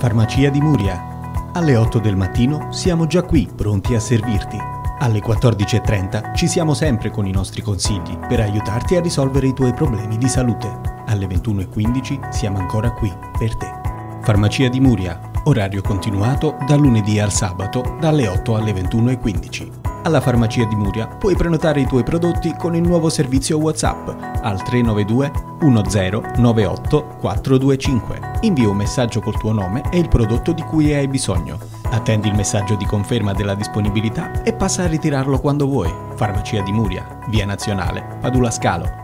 Farmacia di Muria. Alle 8 del mattino siamo già qui, pronti a servirti. Alle 14:30 ci siamo sempre con i nostri consigli per aiutarti a risolvere i tuoi problemi di salute. Alle 21:15 siamo ancora qui per te. Farmacia di Muria, orario continuato dal lunedì al sabato dalle 8 alle 21:15. Alla Farmacia di Muria puoi prenotare i tuoi prodotti con il nuovo servizio WhatsApp al 392 1098 425. Invia un messaggio col tuo nome e il prodotto di cui hai bisogno. Attendi il messaggio di conferma della disponibilità e passa a ritirarlo quando vuoi. Farmacia di Muria, Via Nazionale, Padula Scalo.